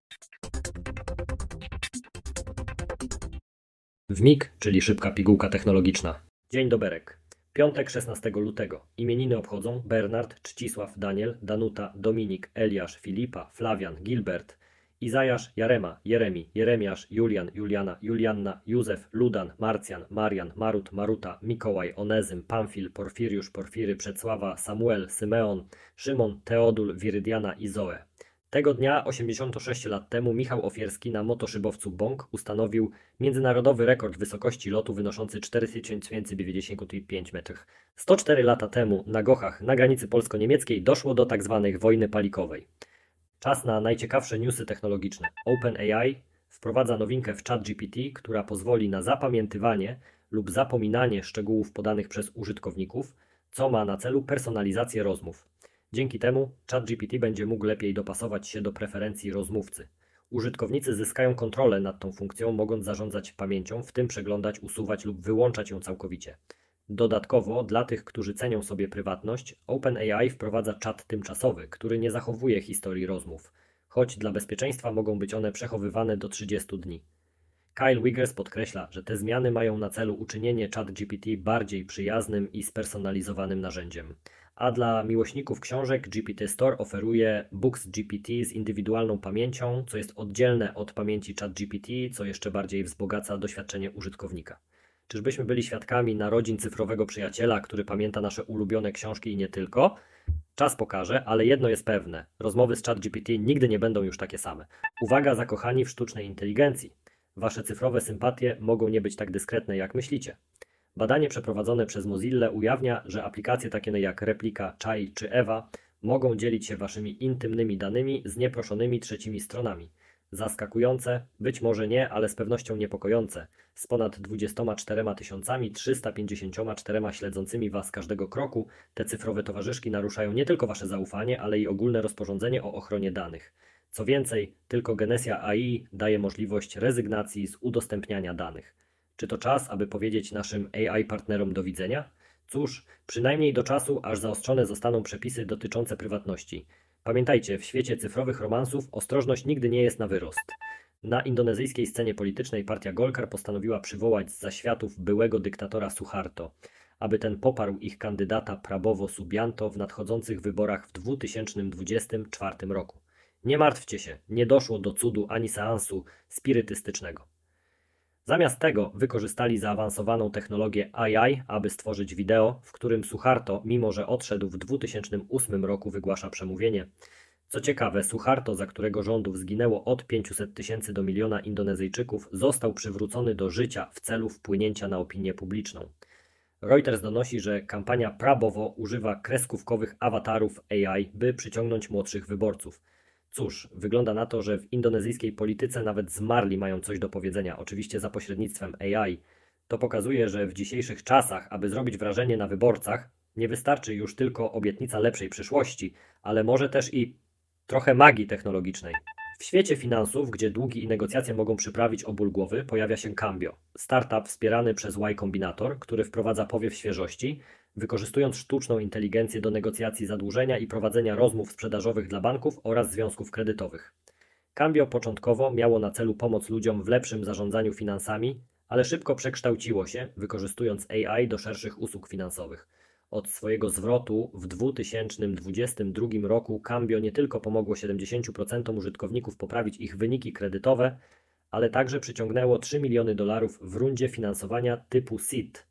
W mig, czyli szybka pigułka technologiczna. Dzień doberek. Piątek 16 lutego. Imieniny obchodzą Bernard, Czcisław, Daniel, Danuta, Dominik, Eliasz, Filipa, Flawian, Gilbert, Izajasz, Jarema, Jeremi, Jeremiasz, Julian, Juliana, Julianna, Józef, Ludan, Marcjan, Marian, Marut, Maruta, Mikołaj, Onezym, Pamfil, Porfiriusz, Porfiry, Przecława, Samuel, Symeon, Szymon, Teodul, Wirydiana i Zoe. Tego dnia, 86 lat temu, Michał Ofierski na motoszybowcu Bąk ustanowił międzynarodowy rekord wysokości lotu wynoszący 4595 metrów. 104 lata temu na Gochach, na granicy polsko-niemieckiej, doszło do tzw. wojny palikowej. Czas na najciekawsze newsy technologiczne. OpenAI wprowadza nowinkę w ChatGPT, która pozwoli na zapamiętywanie lub zapominanie szczegółów podanych przez użytkowników, co ma na celu personalizację rozmów. Dzięki temu ChatGPT będzie mógł lepiej dopasować się do preferencji rozmówcy. Użytkownicy zyskają kontrolę nad tą funkcją, mogąc zarządzać pamięcią, w tym przeglądać, usuwać lub wyłączać ją całkowicie. Dodatkowo, dla tych, którzy cenią sobie prywatność, OpenAI wprowadza czat tymczasowy, który nie zachowuje historii rozmów, choć dla bezpieczeństwa mogą być one przechowywane do 30 dni. Kyle Wiggers podkreśla, że te zmiany mają na celu uczynienie ChatGPT bardziej przyjaznym i spersonalizowanym narzędziem. A dla miłośników książek GPT Store oferuje Books GPT z indywidualną pamięcią, co jest oddzielne od pamięci ChatGPT, co jeszcze bardziej wzbogaca doświadczenie użytkownika. Czyżbyśmy byli świadkami narodzin cyfrowego przyjaciela, który pamięta nasze ulubione książki i nie tylko? Czas pokaże, ale jedno jest pewne. Rozmowy z ChatGPT nigdy nie będą już takie same. Uwaga, zakochani w sztucznej inteligencji. Wasze cyfrowe sympatie mogą nie być tak dyskretne, jak myślicie. Badanie przeprowadzone przez Mozilla ujawnia, że aplikacje takie jak Replika, Chai czy Eva mogą dzielić się waszymi intymnymi danymi z nieproszonymi trzecimi stronami. Zaskakujące, być może nie, ale z pewnością niepokojące. Z ponad 24 354 śledzącymi was każdego kroku, te cyfrowe towarzyszki naruszają nie tylko wasze zaufanie, ale i ogólne rozporządzenie o ochronie danych. Co więcej, tylko Genesia AI daje możliwość rezygnacji z udostępniania danych. Czy to czas, aby powiedzieć naszym AI partnerom do widzenia? Cóż, przynajmniej do czasu, aż zaostrzone zostaną przepisy dotyczące prywatności. Pamiętajcie, w świecie cyfrowych romansów ostrożność nigdy nie jest na wyrost. Na indonezyjskiej scenie politycznej partia Golkar postanowiła przywołać z zaświatów byłego dyktatora Suharto, aby ten poparł ich kandydata Prabowo Subianto w nadchodzących wyborach w 2024 roku. Nie martwcie się, nie doszło do cudu ani seansu spirytystycznego. Zamiast tego wykorzystali zaawansowaną technologię AI, aby stworzyć wideo, w którym Suharto, mimo że odszedł w 2008 roku, wygłasza przemówienie. Co ciekawe, Suharto, za którego rządów zginęło od 500 000 do 1 000 000 Indonezyjczyków, został przywrócony do życia w celu wpłynięcia na opinię publiczną. Reuters donosi, że kampania Prabowo używa kreskówkowych awatarów AI, by przyciągnąć młodszych wyborców. Cóż, wygląda na to, że w indonezyjskiej polityce nawet zmarli mają coś do powiedzenia, oczywiście za pośrednictwem AI. To pokazuje, że w dzisiejszych czasach, aby zrobić wrażenie na wyborcach, nie wystarczy już tylko obietnica lepszej przyszłości, ale może też i trochę magii technologicznej. W świecie finansów, gdzie długi i negocjacje mogą przyprawić o ból głowy, pojawia się Cambio, startup wspierany przez Y Combinator, który wprowadza powiew świeżości, wykorzystując sztuczną inteligencję do negocjacji zadłużenia i prowadzenia rozmów sprzedażowych dla banków oraz związków kredytowych. Cambio początkowo miało na celu pomoc ludziom w lepszym zarządzaniu finansami, ale szybko przekształciło się, wykorzystując AI do szerszych usług finansowych. Od swojego zwrotu w 2022 roku Cambio nie tylko pomogło 70% użytkowników poprawić ich wyniki kredytowe, ale także przyciągnęło $3 miliony w rundzie finansowania typu seed,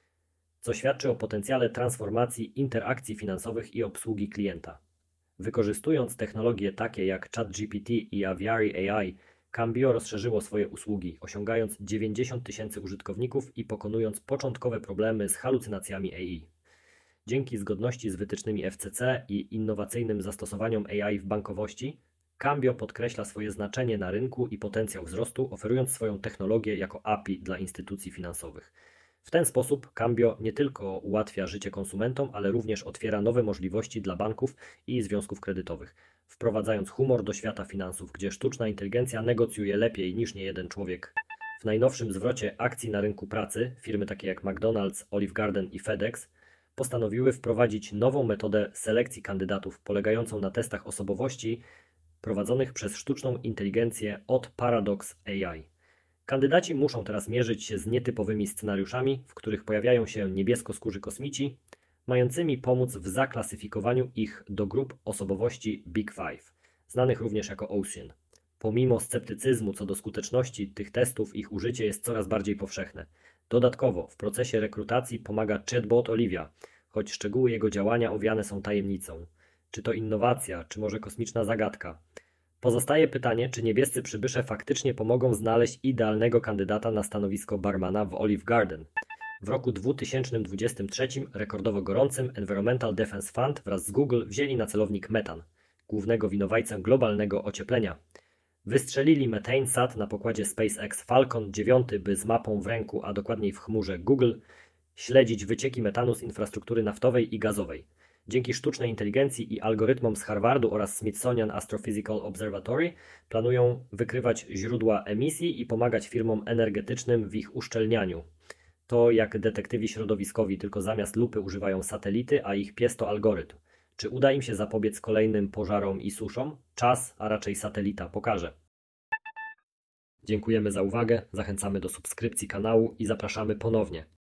co świadczy o potencjale transformacji interakcji finansowych i obsługi klienta. Wykorzystując technologie takie jak ChatGPT i Aviary AI, Cambio rozszerzyło swoje usługi, osiągając 90 000 użytkowników i pokonując początkowe problemy z halucynacjami AI. Dzięki zgodności z wytycznymi FCC i innowacyjnym zastosowaniom AI w bankowości, Cambio podkreśla swoje znaczenie na rynku i potencjał wzrostu, oferując swoją technologię jako API dla instytucji finansowych. W ten sposób Cambio nie tylko ułatwia życie konsumentom, ale również otwiera nowe możliwości dla banków i związków kredytowych, wprowadzając humor do świata finansów, gdzie sztuczna inteligencja negocjuje lepiej niż niejeden człowiek. W najnowszym zwrocie akcji na rynku pracy firmy takie jak McDonald's, Olive Garden i FedEx postanowiły wprowadzić nową metodę selekcji kandydatów polegającą na testach osobowości prowadzonych przez sztuczną inteligencję od Paradox AI. Kandydaci muszą teraz mierzyć się z nietypowymi scenariuszami, w których pojawiają się niebieskoskórzy kosmici, mającymi pomóc w zaklasyfikowaniu ich do grup osobowości Big Five, znanych również jako Ocean. Pomimo sceptycyzmu co do skuteczności tych testów, ich użycie jest coraz bardziej powszechne. Dodatkowo w procesie rekrutacji pomaga chatbot Olivia, choć szczegóły jego działania owiane są tajemnicą. Czy to innowacja, czy może kosmiczna zagadka? Pozostaje pytanie, czy niebiescy przybysze faktycznie pomogą znaleźć idealnego kandydata na stanowisko barmana w Olive Garden. W roku 2023 rekordowo gorącym Environmental Defense Fund wraz z Google wzięli na celownik metan, głównego winowajcę globalnego ocieplenia. Wystrzelili MethaneSat na pokładzie SpaceX Falcon 9, by z mapą w ręku, a dokładniej w chmurze Google, śledzić wycieki metanu z infrastruktury naftowej i gazowej. Dzięki sztucznej inteligencji i algorytmom z Harvardu oraz Smithsonian Astrophysical Observatory planują wykrywać źródła emisji i pomagać firmom energetycznym w ich uszczelnianiu. To jak detektywi środowiskowi, tylko zamiast lupy używają satelity, a ich pies to algorytm. Czy uda im się zapobiec kolejnym pożarom i suszom? Czas, a raczej satelita pokaże. Dziękujemy za uwagę, zachęcamy do subskrypcji kanału i zapraszamy ponownie.